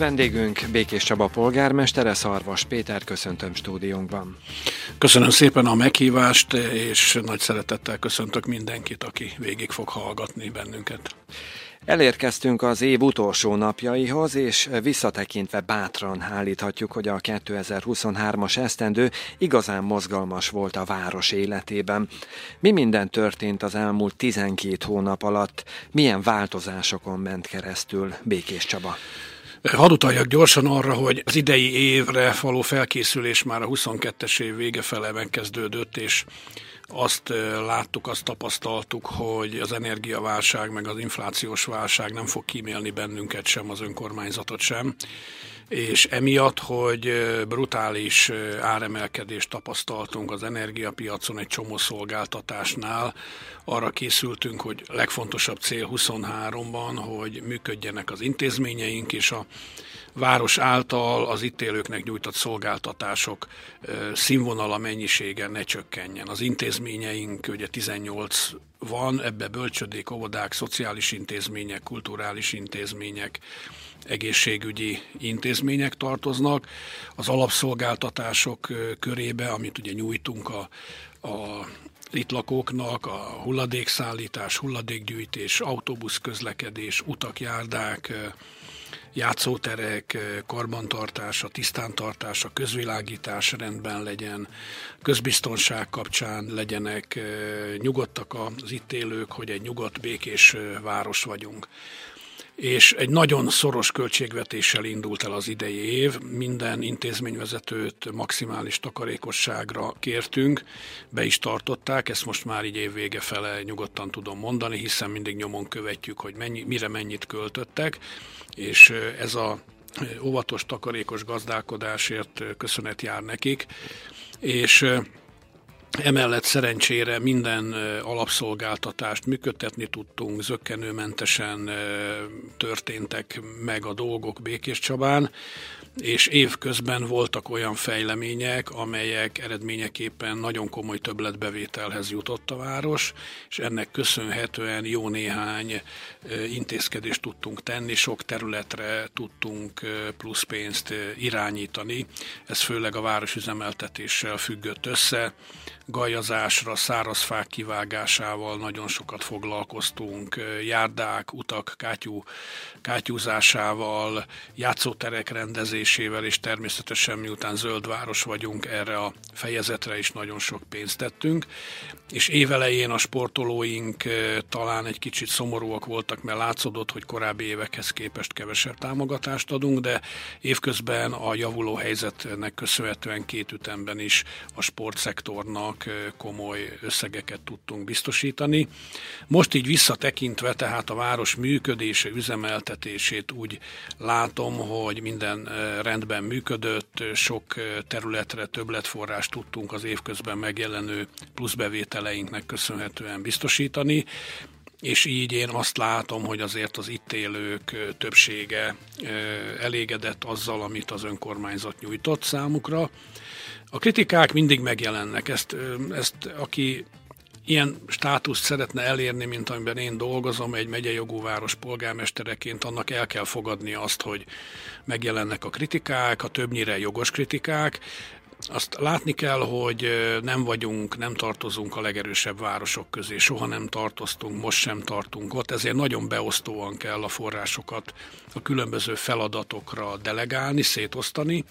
Vendégünk Békés Csaba polgármestere, Szarvas Péter, köszöntöm stúdiónkban. Köszönöm szépen a meghívást, és nagy szeretettel köszöntök mindenkit, aki végig fog hallgatni bennünket. Elérkeztünk az év utolsó napjaihoz, és visszatekintve bátran állíthatjuk, hogy a 2023-as esztendő igazán mozgalmas volt a város életében. Mi minden történt az elmúlt 12 hónap alatt? Milyen változásokon ment keresztül Békés Csaba? Hadd utaljak gyorsan arra, hogy az idei évre való felkészülés már a 22-es év vége fele megkezdődött, és azt láttuk, azt tapasztaltuk, hogy az energiaválság meg az inflációs válság nem fog kímélni bennünket sem, az önkormányzatot sem, és emiatt, hogy brutális áremelkedést tapasztaltunk az energiapiacon egy csomó szolgáltatásnál, arra készültünk, hogy legfontosabb cél 23-ban, hogy működjenek az intézményeink, és a város által az itt élőknek nyújtott szolgáltatások színvonala, mennyisége ne csökkenjen. Az intézményeink ugye 18 van, ebbe bölcsödék, óvodák, szociális intézmények, kulturális intézmények, egészségügyi intézmények tartoznak. Az alapszolgáltatások körébe, amit ugye nyújtunk a itt lakóknak, a hulladékszállítás, hulladékgyűjtés, autóbuszközlekedés, utak, járdák, játszóterek, karbantartása, tisztántartása, közvilágítás rendben legyen, közbiztonság kapcsán legyenek nyugodtak az itt élők, hogy egy nyugodt, békés város vagyunk. És egy nagyon szoros költségvetéssel indult el az idei év, minden intézményvezetőt maximális takarékosságra kértünk, be is tartották, ezt most már így év vége fele nyugodtan tudom mondani, hiszen mindig nyomon követjük, hogy mire mennyit költöttek, és ez a óvatos, takarékos gazdálkodásért köszönet jár nekik, és emellett szerencsére minden alapszolgáltatást működtetni tudtunk, zökkenőmentesen történtek meg a dolgok Békés Csabán, és évközben voltak olyan fejlemények, amelyek eredményeképpen nagyon komoly többletbevételhez jutott a város, és ennek köszönhetően jó néhány intézkedést tudtunk tenni, sok területre tudtunk plusz pénzt irányítani. Ez főleg a városüzemeltetéssel függött össze. Gajazásra, szárazfák kivágásával nagyon sokat foglalkoztunk, járdák, utak kátyúzásával, játszóterek rendezésével, és természetesen miután zöld város vagyunk, erre a fejezetre is nagyon sok pénzt tettünk. És évelején a sportolóink talán egy kicsit szomorúak voltak, mert látszódott, hogy korábbi évekhez képest kevesebb támogatást adunk, de évközben a javuló helyzetnek köszönhetően két ütemben is a sportszektornak komoly összegeket tudtunk biztosítani. Most így visszatekintve, tehát a város működése, üzemeltetését úgy látom, hogy minden rendben működött, sok területre többletforrást tudtunk az évközben megjelenő pluszbevételeinknek köszönhetően biztosítani, és így én azt látom, hogy azért az itt élők többsége elégedett azzal, amit az önkormányzat nyújtott számukra. A kritikák mindig megjelennek, ezt aki ilyen státuszt szeretne elérni, mint amiben én dolgozom, egy megyejogú város polgármestereként, annak el kell fogadni azt, hogy megjelennek a kritikák, a többnyire jogos kritikák. Azt látni kell, hogy nem tartozunk a legerősebb városok közé, soha nem tartoztunk, most sem tartunk ott, ezért nagyon beosztóan kell a forrásokat a különböző feladatokra delegálni, szétosztani,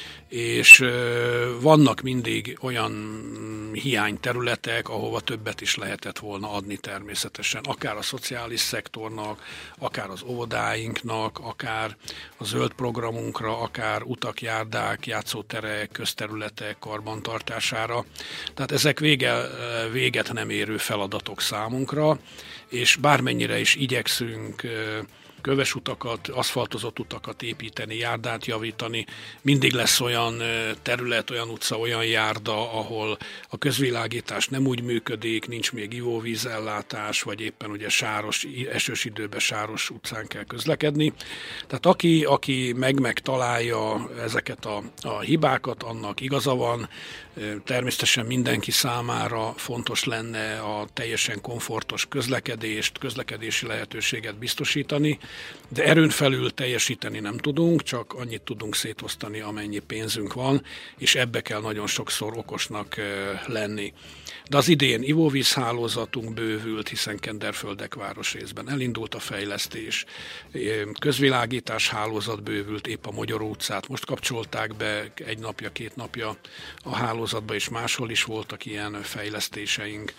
és vannak mindig olyan hiányterületek, ahova többet is lehetett volna adni természetesen, akár a szociális szektornak, akár az óvodáinknak, akár a zöld programunkra, akár utak, járdák, játszóterek, közterületek karbantartására. Tehát ezek véget nem érő feladatok számunkra, és bármennyire is igyekszünk köves utakat, aszfaltozott utakat építeni, járdát javítani. Mindig lesz olyan terület, olyan utca, olyan járda, ahol a közvilágítás nem úgy működik, nincs még ivóvízellátás, vagy éppen ugye sáros, esős időben sáros utcán kell közlekedni. Tehát aki megtalálja ezeket a hibákat, annak igaza van. Természetesen mindenki számára fontos lenne a teljesen komfortos közlekedési lehetőséget biztosítani, de erőn felül teljesíteni nem tudunk, csak annyit tudunk szétosztani, amennyi pénzünk van, és ebbe kell nagyon sokszor okosnak lenni. De az idén ivóvízhálózatunk bővült, hiszen Kenderföldek városrészben elindult a fejlesztés, közvilágítás hálózat bővült, épp a Magyaró utcát most kapcsolták be egy napja, 2 napja a hálózatba, és máshol is voltak ilyen fejlesztéseink,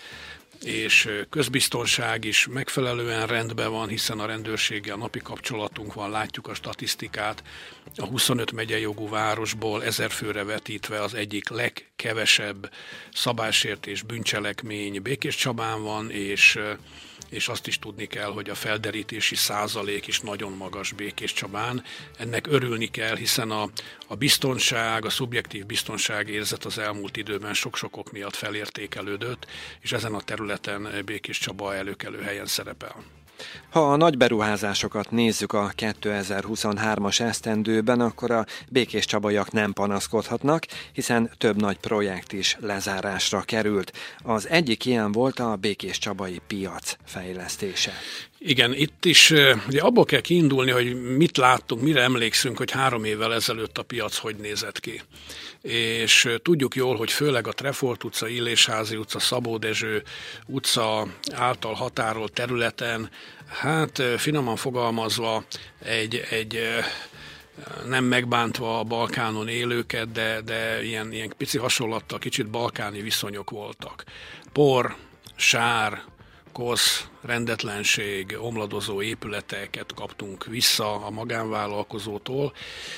és közbiztonság is megfelelően rendben van, hiszen a rendőrséggel napi kapcsolatunk van, látjuk a statisztikát. A 25 megyei jogú városból 1000 főre vetítve az egyik legkevesebb szabálysértés, bűncselekmény Békéscsabán van, és azt is tudni kell, hogy a felderítési százalék is nagyon magas Békéscsabán. Ennek örülni kell, hiszen a biztonság, a szubjektív biztonságérzet az elmúlt időben sok-sok ok miatt felértékelődött, és ezen a területen Békéscsaba előkelő helyen szerepel. Ha a nagy beruházásokat nézzük a 2023-as esztendőben, akkor a békéscsabaiak nem panaszkodhatnak, hiszen több nagy projekt is lezárásra került. Az egyik ilyen volt a békéscsabai piac fejlesztése. Igen, itt is ugye abból kell kiindulni, hogy mit láttunk, mire emlékszünk, hogy 3 évvel ezelőtt a piac hogy nézett ki. És tudjuk jól, hogy főleg a Trefolt utca, Illésházy utca, Szabó Dezső utca által határolt területen, hát finoman fogalmazva egy nem megbántva a Balkánon élőket, de ilyen pici hasonlattal kicsit balkáni viszonyok voltak. Por, sár, kosz, rendetlenség, omladozó épületeket kaptunk vissza a magánvállalkozótól,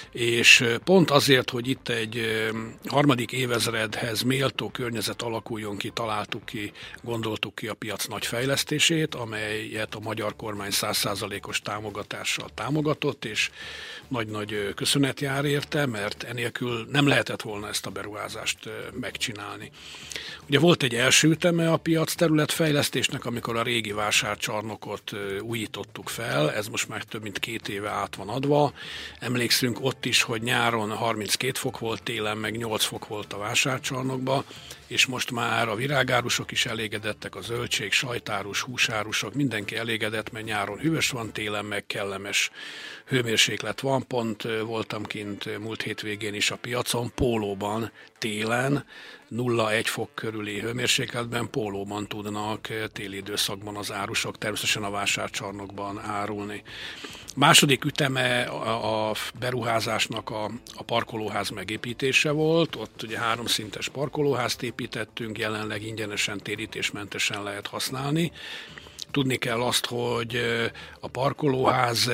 és pont azért, hogy itt egy harmadik évezredhez méltó környezet alakuljon ki, találtuk ki, gondoltuk ki a piac nagy fejlesztését, amelyet a magyar kormány 100%-os támogatással támogatott, és nagy-nagy köszönet jár érte, mert enélkül nem lehetett volna ezt a beruházást megcsinálni. Ugye volt egy első üteme a piac területfejlesztésnek, amikor a régi vásárcsarnokot újítottuk fel, ez most már több mint 2 éve át van adva. Emlékszünk ott is, hogy nyáron 32 fok volt, télen meg 8 fok volt a vásárcsarnokba, és most már a virágárusok is elégedettek, a zöldség, sajtárus, húsárusok, mindenki elégedett, mert nyáron hűvös van, télen meg kellemes hőmérséklet van. Pont voltam kint múlt hétvégén is a piacon, pólóban télen, 0-1 fok körüli hőmérsékletben pólóban tudnak téli időszakban az árusok, természetesen a vásárcsarnokban árulni. Második üteme a beruházásnak a parkolóház megépítése volt, ott ugye 3 szintes parkolóházt építettünk, jelenleg ingyenesen, térítésmentesen lehet használni. Tudni kell azt, hogy a parkolóház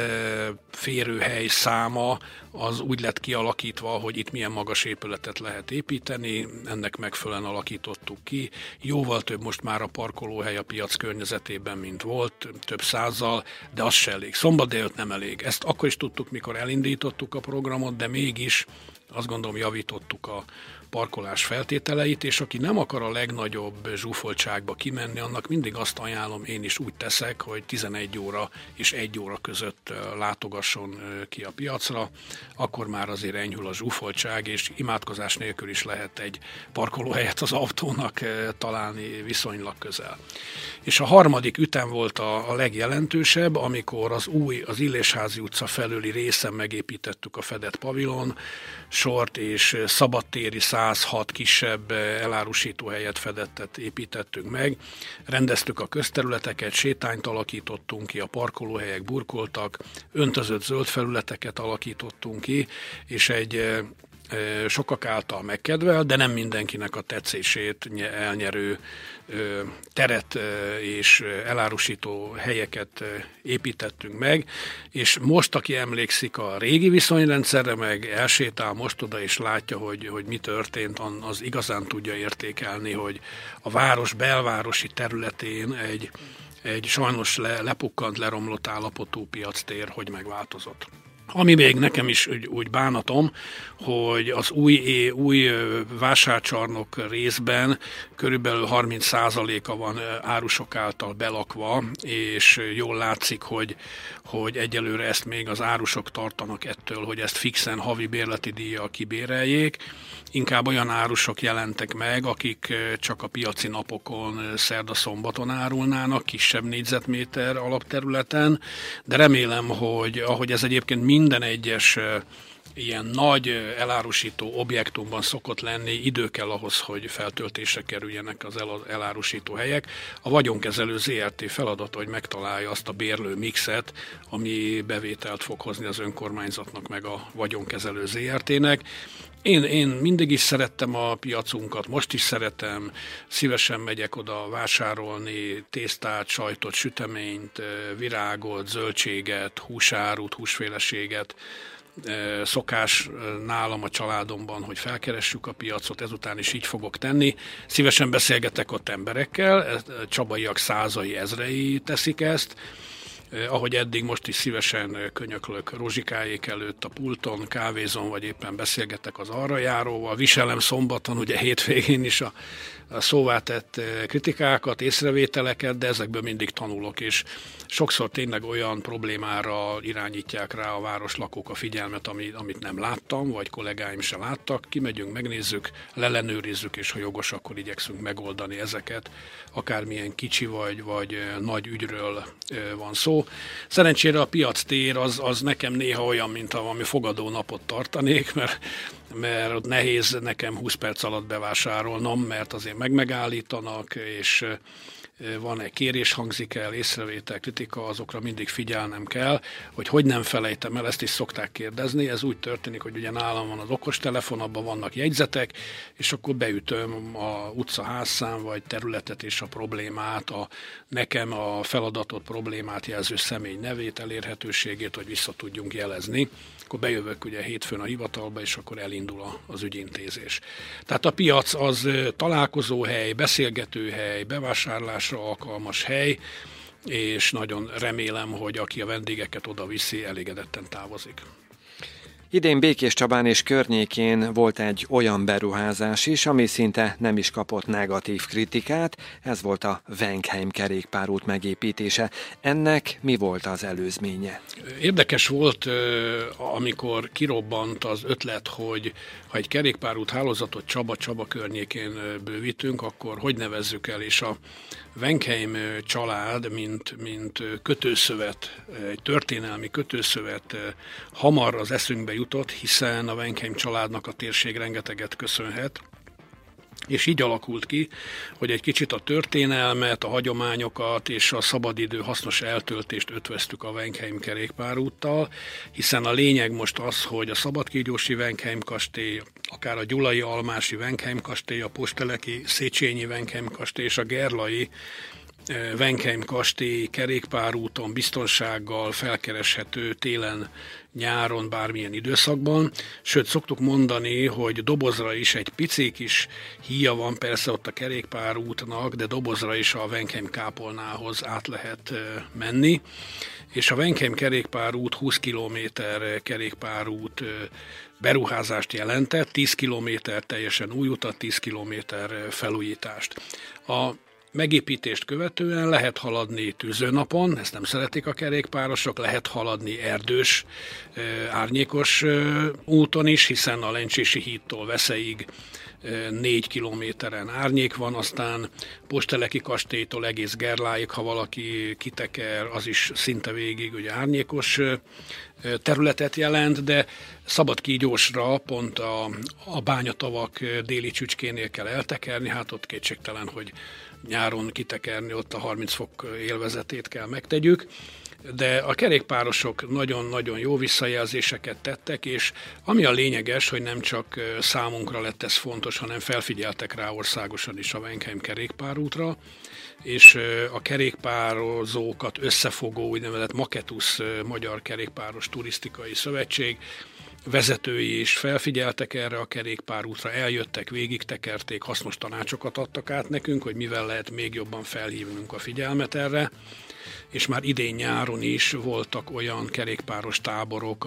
férőhely száma az úgy lett kialakítva, hogy itt milyen magas épületet lehet építeni, ennek megfelelően alakítottuk ki. Jóval több most már a parkolóhely a piac környezetében, mint volt, több százzal, de az se elég. Szombat délután nem elég. Ezt akkor is tudtuk, mikor elindítottuk a programot, de mégis azt gondolom javítottuk a parkolás feltételeit, és aki nem akar a legnagyobb zsúfoltságba kimenni, annak mindig azt ajánlom, én is úgy teszek, hogy 11 óra és 1 óra között látogasson ki a piacra, akkor már azért enyhül a zsúfoltság, és imádkozás nélkül is lehet egy parkolóhelyet az autónak találni viszonylag közel. És a harmadik ütem volt a legjelentősebb, amikor az Illésházy utca felüli részen megépítettük a fedett pavilon sort, és szabadtéri 106 kisebb elárusítóhelyet, fedettet építettünk meg. Rendeztük a közterületeket, sétányt alakítottunk ki, a parkolóhelyek burkoltak, öntözött zöld felületeket alakítottunk ki, és egy sokak által megkedvelt, de nem mindenkinek a tetszését elnyerő teret és elárusító helyeket építettünk meg, és most, aki emlékszik a régi viszonyrendszerre, meg elsétál most oda és látja, hogy mi történt, az igazán tudja értékelni, hogy a város belvárosi területén egy sajnos lepukkant, leromlott állapotú piactér hogy megváltozott. Ami még nekem is úgy bánatom, hogy az új vásárcsarnok részben körülbelül 30%-a van árusok által belakva, és jól látszik, hogy egyelőre ezt még az árusok tartanak ettől, hogy ezt fixen havi bérleti díjjal kibéreljék. Inkább olyan árusok jelentek meg, akik csak a piaci napokon, szerda-szombaton árulnának, kisebb négyzetméter alapterületen, de remélem, hogy ahogy ez egyébként minden egyes ilyen nagy elárusító objektumban szokott lenni, idő kell ahhoz, hogy feltöltésre kerüljenek az elárusító helyek. A vagyonkezelő ZRT feladata, hogy megtalálja azt a bérlő mixet, ami bevételt fog hozni az önkormányzatnak meg a vagyonkezelő ZRT-nek. Én mindig is szerettem a piacunkat, most is szeretem, szívesen megyek oda vásárolni tésztát, sajtot, süteményt, virágot, zöldséget, húsárut, húsféleséget. Szokás nálam a családomban, hogy felkeressük a piacot, ezután is így fogok tenni. Szívesen beszélgetek ott emberekkel, csabaiak százai, ezrei teszik ezt. Ahogy eddig, most is szívesen könyöklök Rozsikáék előtt a pulton, kávézom, vagy éppen beszélgetek az arrajáróval. Viselem szombaton, ugye hétvégén is a szóvá tett kritikákat, észrevételeket, de ezekből mindig tanulok, és sokszor tényleg olyan problémára irányítják rá a városlakók a figyelmet, amit nem láttam, vagy kollégáim se láttak. Kimegyünk, megnézzük, leellenőrizzük, és ha jogos, akkor igyekszünk megoldani ezeket. Akármilyen kicsi vagy nagy ügyről van szó. Szerencsére a piactér az nekem néha olyan, mint ha valami fogadó napot tartanék, mert nehéz nekem 20 perc alatt bevásárolnom, mert azért megállítanak, és van egy kérés hangzik el, észrevétel, kritika, azokra mindig figyelnem kell, hogy nem felejtem el, ezt is szokták kérdezni. Ez úgy történik, hogy ugye nálam van az okostelefon, abban vannak jegyzetek, és akkor beütöm a utca házszám vagy területet és a problémát, nekem a feladatot, problémát jelző személy nevét, elérhetőségét, hogy vissza tudjunk jelezni. Akkor bejövök ugye hétfőn a hivatalba, és akkor elindul az ügyintézés. Tehát a piac az találkozóhely, beszélgetőhely, bevásárlásra alkalmas hely, és nagyon remélem, hogy aki a vendégeket oda viszi, elégedetten távozik. Idén Békéscsabán és környékén volt egy olyan beruházás is, ami szinte nem is kapott negatív kritikát, ez volt a Venkheim kerékpárút megépítése. Ennek mi volt az előzménye? Érdekes volt, amikor kirobbant az ötlet, hogy ha egy kerékpárút hálózatot Csaba környékén bővítünk, akkor hogy nevezzük el, és a Venkheim család, mint kötőszövet, egy történelmi kötőszövet hamar az eszünkbe jutott, hiszen a Venkheim családnak a térség rengeteget köszönhet. És így alakult ki, hogy egy kicsit a történelmet, a hagyományokat és a szabadidő hasznos eltöltést ötvöztük a Venkheim kerékpárúttal, hiszen a lényeg most az, hogy a szabadkígyósi Venkheim kastély, akár a gyulai almási Venkheim kastély, a posteleki Széchenyi Venkheim kastély és a gerlai Venkheim kastély kerékpárúton biztonsággal felkereshető télen, nyáron, bármilyen időszakban. Sőt, szoktuk mondani, hogy Dobozra is egy pici kis híja van persze ott a kerékpárútnak, de Dobozra is a Venkheim kápolnához át lehet menni. És a Venkheim kerékpárút 20 km kerékpárút beruházást jelentett, 10 km teljesen új utat, 10 km felújítást. A megépítést követően lehet haladni tűzőnapon, ezt nem szeretik a kerékpárosok, lehet haladni erdős, árnyékos úton is, hiszen a Lencsési hídtól Veszeig 4 kilométeren árnyék van, aztán Posteleki kastélytól egész Gerláig, ha valaki kiteker, az is szinte végig ugye árnyékos területet jelent, de Szabadkígyósra pont a Bányatavak déli csücskénél kell eltekerni, hát ott kétségtelen, hogy nyáron kitekerni, ott a 30 fok élvezetét kell megtegyük, de a kerékpárosok nagyon-nagyon jó visszajelzéseket tettek, és ami a lényeges, hogy nem csak számunkra lett ez fontos, hanem felfigyeltek rá országosan is a Venkheim kerékpárútra, és a kerékpározókat összefogó úgynevezett Maketusz Magyar Kerékpáros Turisztikai Szövetség vezetői is felfigyeltek erre a kerékpárútra, eljöttek, végig tekerték, hasznos tanácsokat adtak át nekünk, hogy mivel lehet még jobban felhívnunk a figyelmet erre, és már idén nyáron is voltak olyan kerékpáros táborok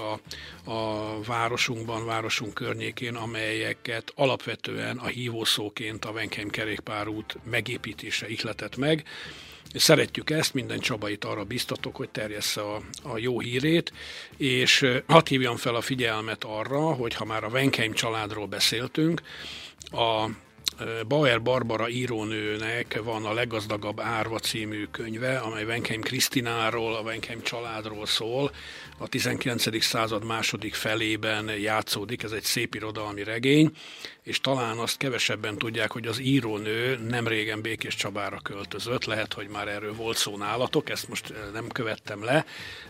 a városunkban, városunk környékén, amelyeket alapvetően a hívószóként a Wenkheim kerékpárút megépítése ihletett meg. Szeretjük ezt, minden csabait arra biztatok, hogy terjessze a jó hírét, és hadd hívjam fel a figyelmet arra, hogy ha már a Wenkheim családról beszéltünk, a Bauer Barbara írónőnek van a Leggazdagabb árva című könyve, amely Wenkheim Krisztináról, a Wenkheim családról szól. A 19. század második felében játszódik, ez egy szépirodalmi regény, és talán azt kevesebben tudják, hogy az írónő nem régen Békéscsabára költözött, lehet, hogy már erről volt szó nálatok, ezt most nem követtem le,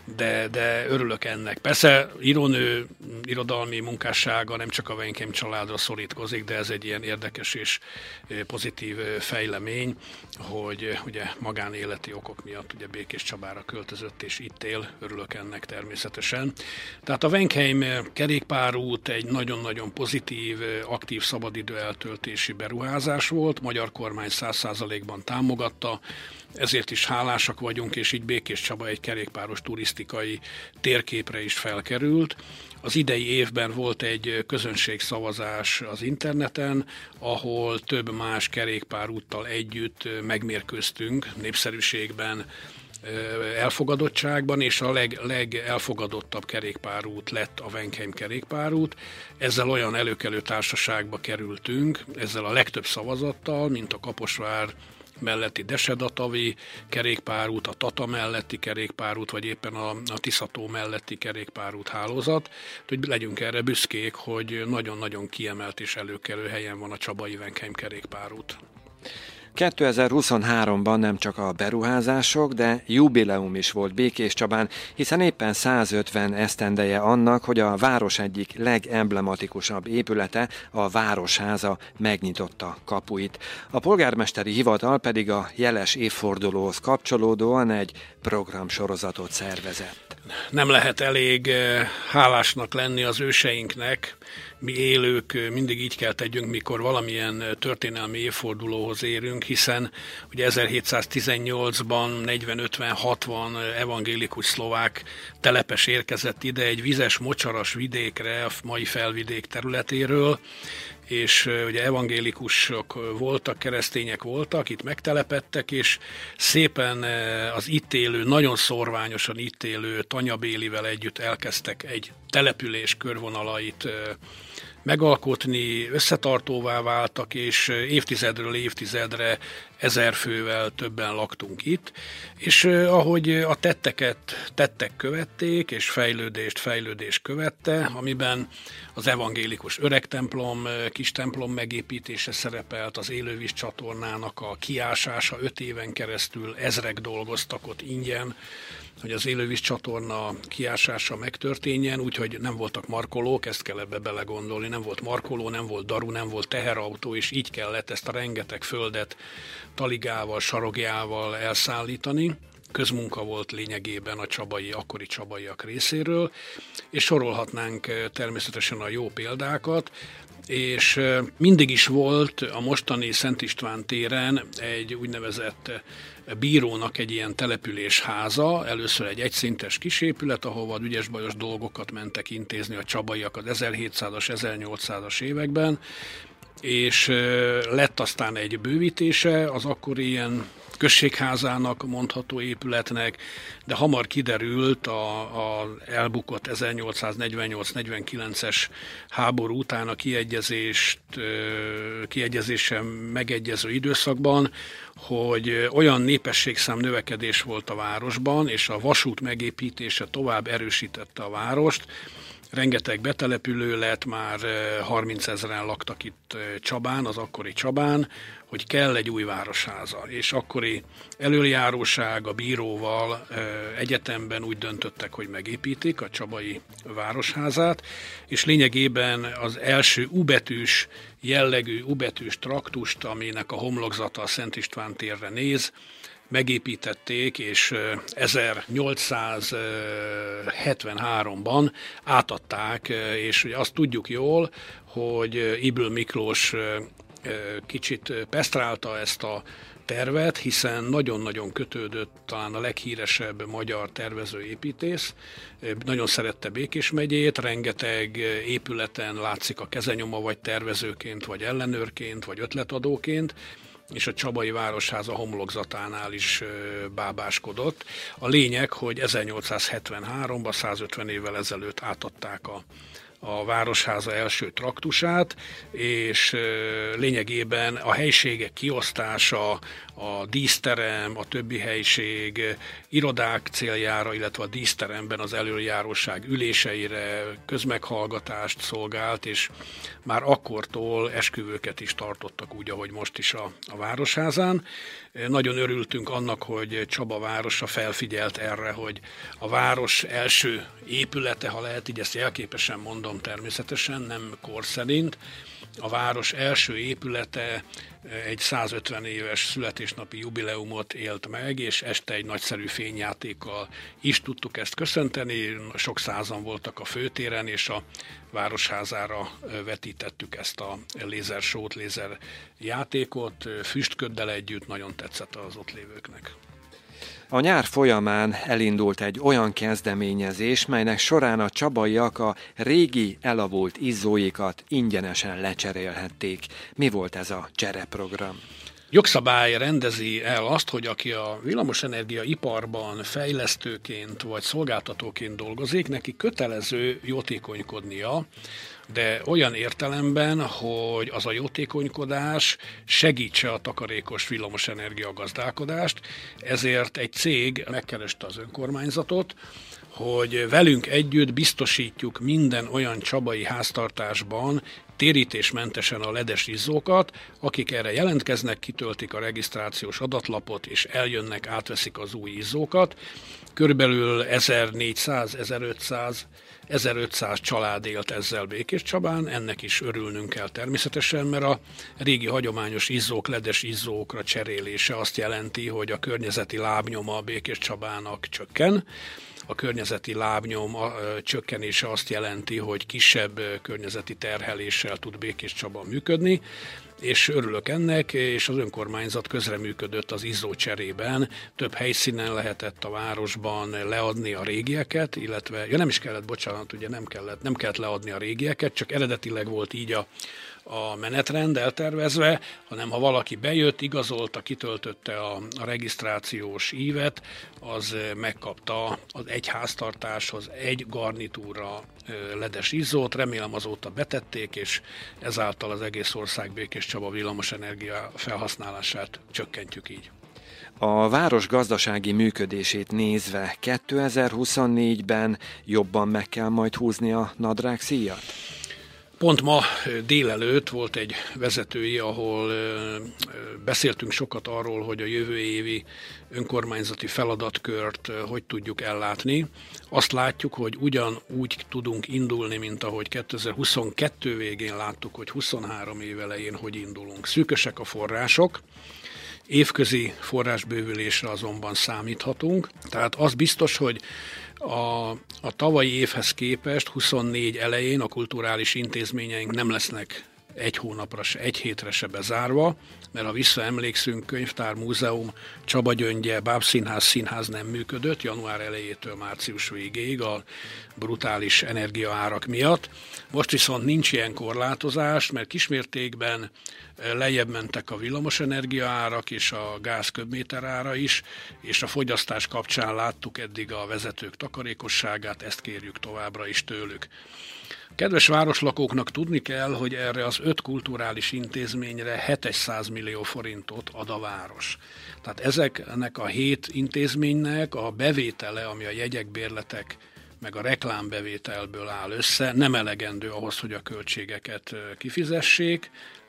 de örülök ennek. Persze írónő irodalmi munkássága nem csak a Wenkheim családra szorítkozik, de ez egy ilyen érdekes és pozitív fejlemény, hogy ugye magánéleti okok miatt ugye Békéscsabára költözött és itt él, örülök ennek természetesen. Tehát a Wenkheim kerékpárút egy nagyon-nagyon pozitív, aktív szabadidő eltöltési beruházás volt, magyar kormány 100%-ban támogatta, ezért is hálásak vagyunk, és így Békéscsaba egy kerékpáros turisztikai térképre is felkerült. Az idei évben volt egy közönségszavazás az interneten, ahol több más kerékpárúttal együtt megmérkőztünk népszerűségben, elfogadottságban, és a legelfogadottabb kerékpárút lett a Wenkheim kerékpárút. Ezzel olyan előkelő társaságba kerültünk, ezzel a legtöbb szavazattal, mint a Kaposvár melletti Desedatavi kerékpárút, a Tata melletti kerékpárút, vagy éppen a Tiszató melletti kerékpárút hálózat, hogy legyünk erre büszkék, hogy nagyon-nagyon kiemelt és előkelő helyen van a csabai Wenkheim kerékpárút. 2023-ban nem csak a beruházások, de jubileum is volt Békéscsabán, hiszen éppen 150 esztendeje annak, hogy a város egyik legemblematikusabb épülete, a Városháza megnyitotta kapuit. A polgármesteri hivatal pedig a jeles évfordulóhoz kapcsolódóan egy programsorozatot szervezett. Nem lehet elég hálásnak lenni az őseinknek. Mi élők mindig így kell tegyünk, mikor valamilyen történelmi évfordulóhoz érünk, hiszen ugye 1718-ban 40-50-60 evangélikus szlovák telepes érkezett ide egy vizes, mocsaras vidékre, a mai Felvidék területéről, és ugye evangélikusok voltak, keresztények voltak, itt megtelepedtek, és szépen az itt élő, nagyon szorványosan itt élő Tanya Bélivel együtt elkezdtek egy település körvonalait megalkotni, összetartóvá váltak, és évtizedről évtizedre 1000 fővel többen laktunk itt, és ahogy a tettek követték, és fejlődés követte, amiben az evangélikus öreg templom, kis templom megépítése szerepelt, az élővíz csatornának a kiásása 5 éven keresztül, ezrek dolgoztak ott ingyen, hogy az élővíz csatorna kiásása megtörténjen, úgyhogy nem voltak markolók, ezt kell ebbe belegondolni, nem volt markoló, nem volt daru, nem volt teherautó, és így kellett ezt a rengeteg földet taligával, sarogjával elszállítani. Közmunka volt lényegében a akkori csabaiak részéről, és sorolhatnánk természetesen a jó példákat, és mindig is volt a mostani Szent István téren egy úgynevezett bírónak egy ilyen településháza, először egy egyszintes kisépület, ahova ügyes-bajos dolgokat mentek intézni a csabaiak az 1700-as, 1800-as években, és lett aztán egy bővítése az akkori ilyen községházának mondható épületnek, de hamar kiderült a elbukott 1848-49-es háború után a kiegyezésen megegyező időszakban, hogy olyan népességszám növekedés volt a városban, és a vasút megépítése tovább erősítette a várost. Rengeteg betelepülő lett, már 30 000-en laktak itt Csabán, az akkori Csabán, hogy kell egy új városháza. És akkori elöljáróság a bíróval egyetemben úgy döntöttek, hogy megépítik a csabai városházát, és lényegében az első U-betűs jellegű U-betűs traktust, aminek a homlokzata a Szent István térre néz, megépítették, és 1873-ban átadták, és ugye azt tudjuk jól, hogy Ybl Miklós kicsit pesztrálta ezt a tervet, hiszen nagyon-nagyon kötődött, talán a leghíresebb magyar tervezőépítész. Nagyon szerette Békés megyét, rengeteg épületen látszik a kezenyoma, vagy tervezőként, vagy ellenőrként, vagy ötletadóként, és a Csabai Városháza homlokzatánál is bábáskodott. A lényeg, hogy 1873-ban, 150 évvel ezelőtt átadták a Városháza első traktusát, és lényegében a helységek kiosztása, a díszterem, a többi helység irodák céljára, illetve a díszteremben az előjáróság üléseire közmeghallgatást szolgált, és már akkortól esküvőket is tartottak úgy, ahogy most is a Városházán. Nagyon örültünk annak, hogy Csaba városa felfigyelt erre, hogy a város első épülete, ha lehet így ezt jelképesen mondom természetesen, nem kor szerint, a város első épülete egy 150 éves születésnapi jubileumot élt meg, és este egy nagyszerű fényjátékkal is tudtuk ezt köszönteni. Sok százan voltak a főtéren, és a Városházára vetítettük ezt a lézersót, lézerjátékot, füstköddel együtt, nagyon tetszett az ott lévőknek. A nyár folyamán elindult egy olyan kezdeményezés, melynek során a csabaiak a régi elavult izzóikat ingyenesen lecserélhették. Mi volt ez a csereprogram? Jogszabály rendezi el azt, hogy aki a villamosenergia iparban fejlesztőként vagy szolgáltatóként dolgozik, neki kötelező jótékonykodnia, de olyan értelemben, hogy az a jótékonykodás segítse a takarékos villamosenergia gazdálkodást, ezért egy cég megkereste az önkormányzatot, hogy velünk együtt biztosítjuk minden olyan csabai háztartásban térítésmentesen a ledes izzókat, akik erre jelentkeznek, kitöltik a regisztrációs adatlapot, és eljönnek, átveszik az új izzókat. Körülbelül 1400-1500 család élt ezzel Békéscsabán, ennek is örülnünk kell természetesen, mert a régi hagyományos izzók, ledes izzókra cserélése azt jelenti, hogy a környezeti lábnyoma Békéscsabának csökken. A környezeti lábnyom csökkenése azt jelenti, hogy kisebb környezeti terheléssel tud Békéscsaba működni, és örülök ennek, és az önkormányzat közreműködött az izzó cserében. Több helyszínen lehetett a városban leadni a régieket, illetve, nem is kellett, bocsánat, ugye nem kellett leadni a régieket, csak eredetileg volt így a menetrend eltervezve, hanem ha valaki bejött, igazolta, kitöltötte a regisztrációs ívet, az megkapta az egy háztartáshoz egy garnitúra ledes izzót. Remélem azóta betették, és ezáltal az egész ország Békéscsaba villamosenergia felhasználását csökkentjük így. A város gazdasági működését nézve 2024-ben jobban meg kell majd húzni a nadrágszíjat? Pont ma délelőtt volt egy vezetői, ahol beszéltünk sokat arról, hogy a jövő évi önkormányzati feladatkört hogy tudjuk ellátni. Azt látjuk, hogy ugyanúgy tudunk indulni, mint ahogy 2022 végén láttuk, hogy 23 év elején hogy indulunk. Szűkösek a források, évközi forrásbővülésre azonban számíthatunk. Tehát az biztos, hogy a tavalyi évhez képest 24 elején a kulturális intézményeink nem lesznek egy hónapra se, egy hétre se bezárva, mert ha visszaemlékszünk, könyvtár, múzeum, Csaba-Gyöngye, Bábszínház, színház nem működött január elejétől március végéig a brutális energiaárak miatt. Most viszont nincs ilyen korlátozás, mert kismértékben lejjebb mentek a villamosenergia árak és a gáz köbméter ára is, és a fogyasztás kapcsán láttuk eddig a vezetők takarékosságát, ezt kérjük továbbra is tőlük. Kedves városlakóknak tudni kell, hogy erre az 5 kulturális intézményre 700 millió forintot ad a város. Tehát ezeknek a 7 intézménynek a bevétele, ami a jegyek, bérletek, meg a reklámbevételből áll össze, nem elegendő ahhoz, hogy a költségeket kifizessék.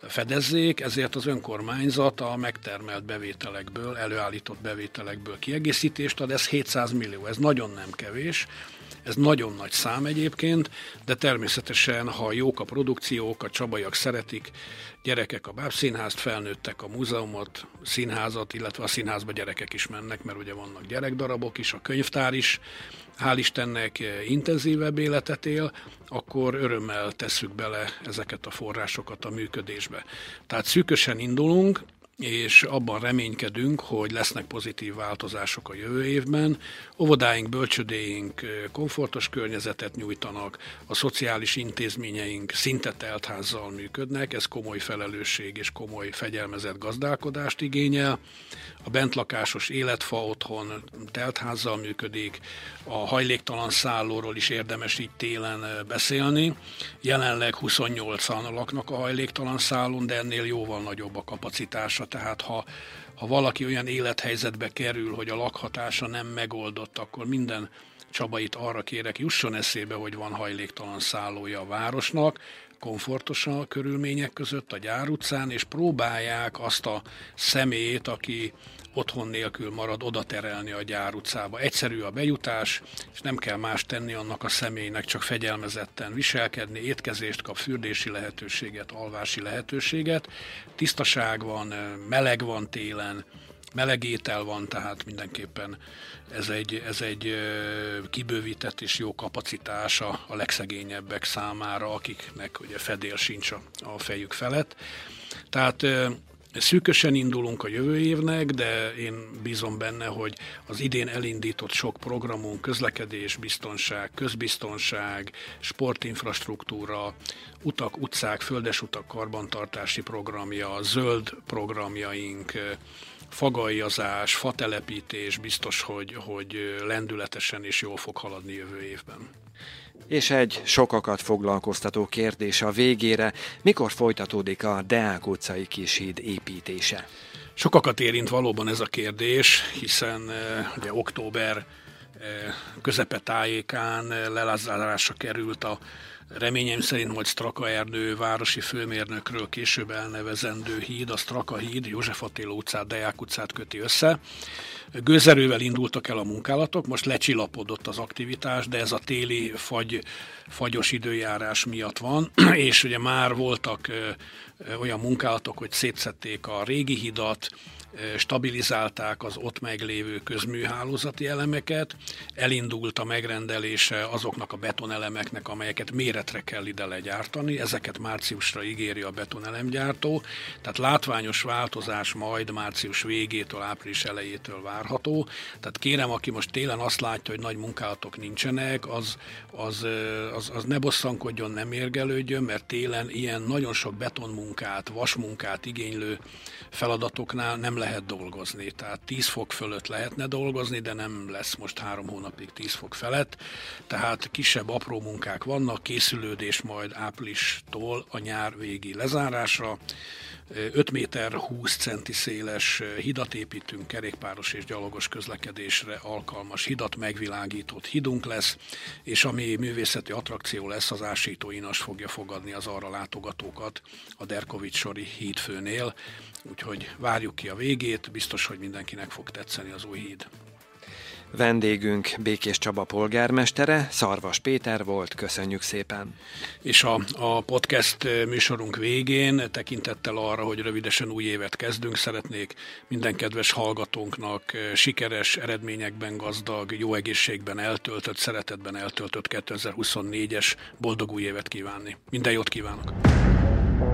fedezzék, ezért az önkormányzat a megtermelt bevételekből, előállított bevételekből kiegészítést ad, ez 700 millió, ez nagyon nem kevés. Ez nagyon nagy szám egyébként, de természetesen, ha jók a produkciók, a csabaiak szeretik, gyerekek a bábszínházt, felnőttek a múzeumot, színházat, illetve a színházba gyerekek is mennek, mert ugye vannak gyerekdarabok is, a könyvtár is, hál' Istennek intenzívebb életet él, akkor örömmel tesszük bele ezeket a forrásokat a működésbe. Tehát szűkösen indulunk, és abban reménykedünk, hogy lesznek pozitív változások a jövő évben. Óvodáink, bölcsödéink komfortos környezetet nyújtanak, a szociális intézményeink szinte teltházzal működnek, ez komoly felelősség és komoly fegyelmezett gazdálkodást igényel. A bentlakásos életfa otthon teltházzal működik, a hajléktalan szállóról is érdemes így télen beszélni. Jelenleg 28-an laknak a hajléktalan szállón, de ennél jóval nagyobb a kapacitása. Tehát ha valaki olyan élethelyzetbe kerül, hogy a lakhatása nem megoldott, akkor minden csabait arra kérek, jusson eszébe, hogy van hajléktalan szállója a városnak, komfortos a körülmények között a Gyár utcán, és próbálják azt a személyt, aki otthon nélkül marad, oda terelni a Gyár utcába. Egyszerű a bejutás, és nem kell más tenni annak a személynek, csak fegyelmezetten viselkedni, étkezést kap, fürdési lehetőséget, alvási lehetőséget. Tisztaság van, meleg van télen, meleg étel van, tehát mindenképpen ez egy kibővített és jó kapacitás a legszegényebbek számára, akiknek ugye fedél sincs a fejük felett. Tehát szűkösen indulunk a jövő évnek, de én bízom benne, hogy az idén elindított sok programunk, közlekedés, biztonság, közbiztonság, sportinfrastruktúra, utak, utcák, földesutak karbantartási programja, zöld programjaink, fagajazás, fatelepítés biztos, hogy lendületesen és jól fog haladni jövő évben. És egy sokakat foglalkoztató kérdés a végére, mikor folytatódik a Deák utcai Kishíd építése? Sokakat érint valóban ez a kérdés, hiszen ugye október közepetájékán lelázárásra került a reményeim szerint majd Straka Erdő városi főmérnökről később elnevezendő híd, a Straka híd, József Attila utcát, Deák utcát köti össze. Gőzerővel indultak el a munkálatok, most lecsillapodott az aktivitás, de ez a téli fagyos időjárás miatt van, és ugye már voltak olyan munkálatok, hogy szétszedték a régi hidat, stabilizálták az ott meglévő közműhálózati elemeket, elindult a megrendelése azoknak a betonelemeknek, amelyeket méretre kell ide legyártani, ezeket márciusra ígéri a betonelemgyártó, tehát látványos változás majd március végétől, április elejétől várható, tehát kérem, aki most télen azt látja, hogy nagy munkálatok nincsenek, az ne bosszankodjon, nem mérgelődjön, mert télen ilyen nagyon sok betonmunkát, vasmunkát igénylő feladatoknál nem lehet dolgozni. Tehát 10 fok fölött lehetne dolgozni, de nem lesz most 3 hónapig 10 fok felett. Tehát kisebb apró munkák vannak, készülődés majd áprilistól a nyár végi lezárásra. 5 méter 20 centi széles hidat építünk, kerékpáros és gyalogos közlekedésre alkalmas hidat, megvilágított hidunk lesz, és ami művészeti attrakció lesz, az Ásító Inas fogja fogadni az arra látogatókat a Derkovits-sori hídfőnél, úgyhogy várjuk ki a végét, biztos, hogy mindenkinek fog tetszeni az új híd. Vendégünk Békés Csaba polgármestere, Szarvas Péter volt, köszönjük szépen. És a podcast műsorunk végén tekintettel arra, hogy rövidesen új évet kezdünk, szeretnék minden kedves hallgatónknak sikeres, eredményekben gazdag, jó egészségben eltöltött, szeretetben eltöltött 2024-es boldog új évet kívánni. Minden jót kívánok!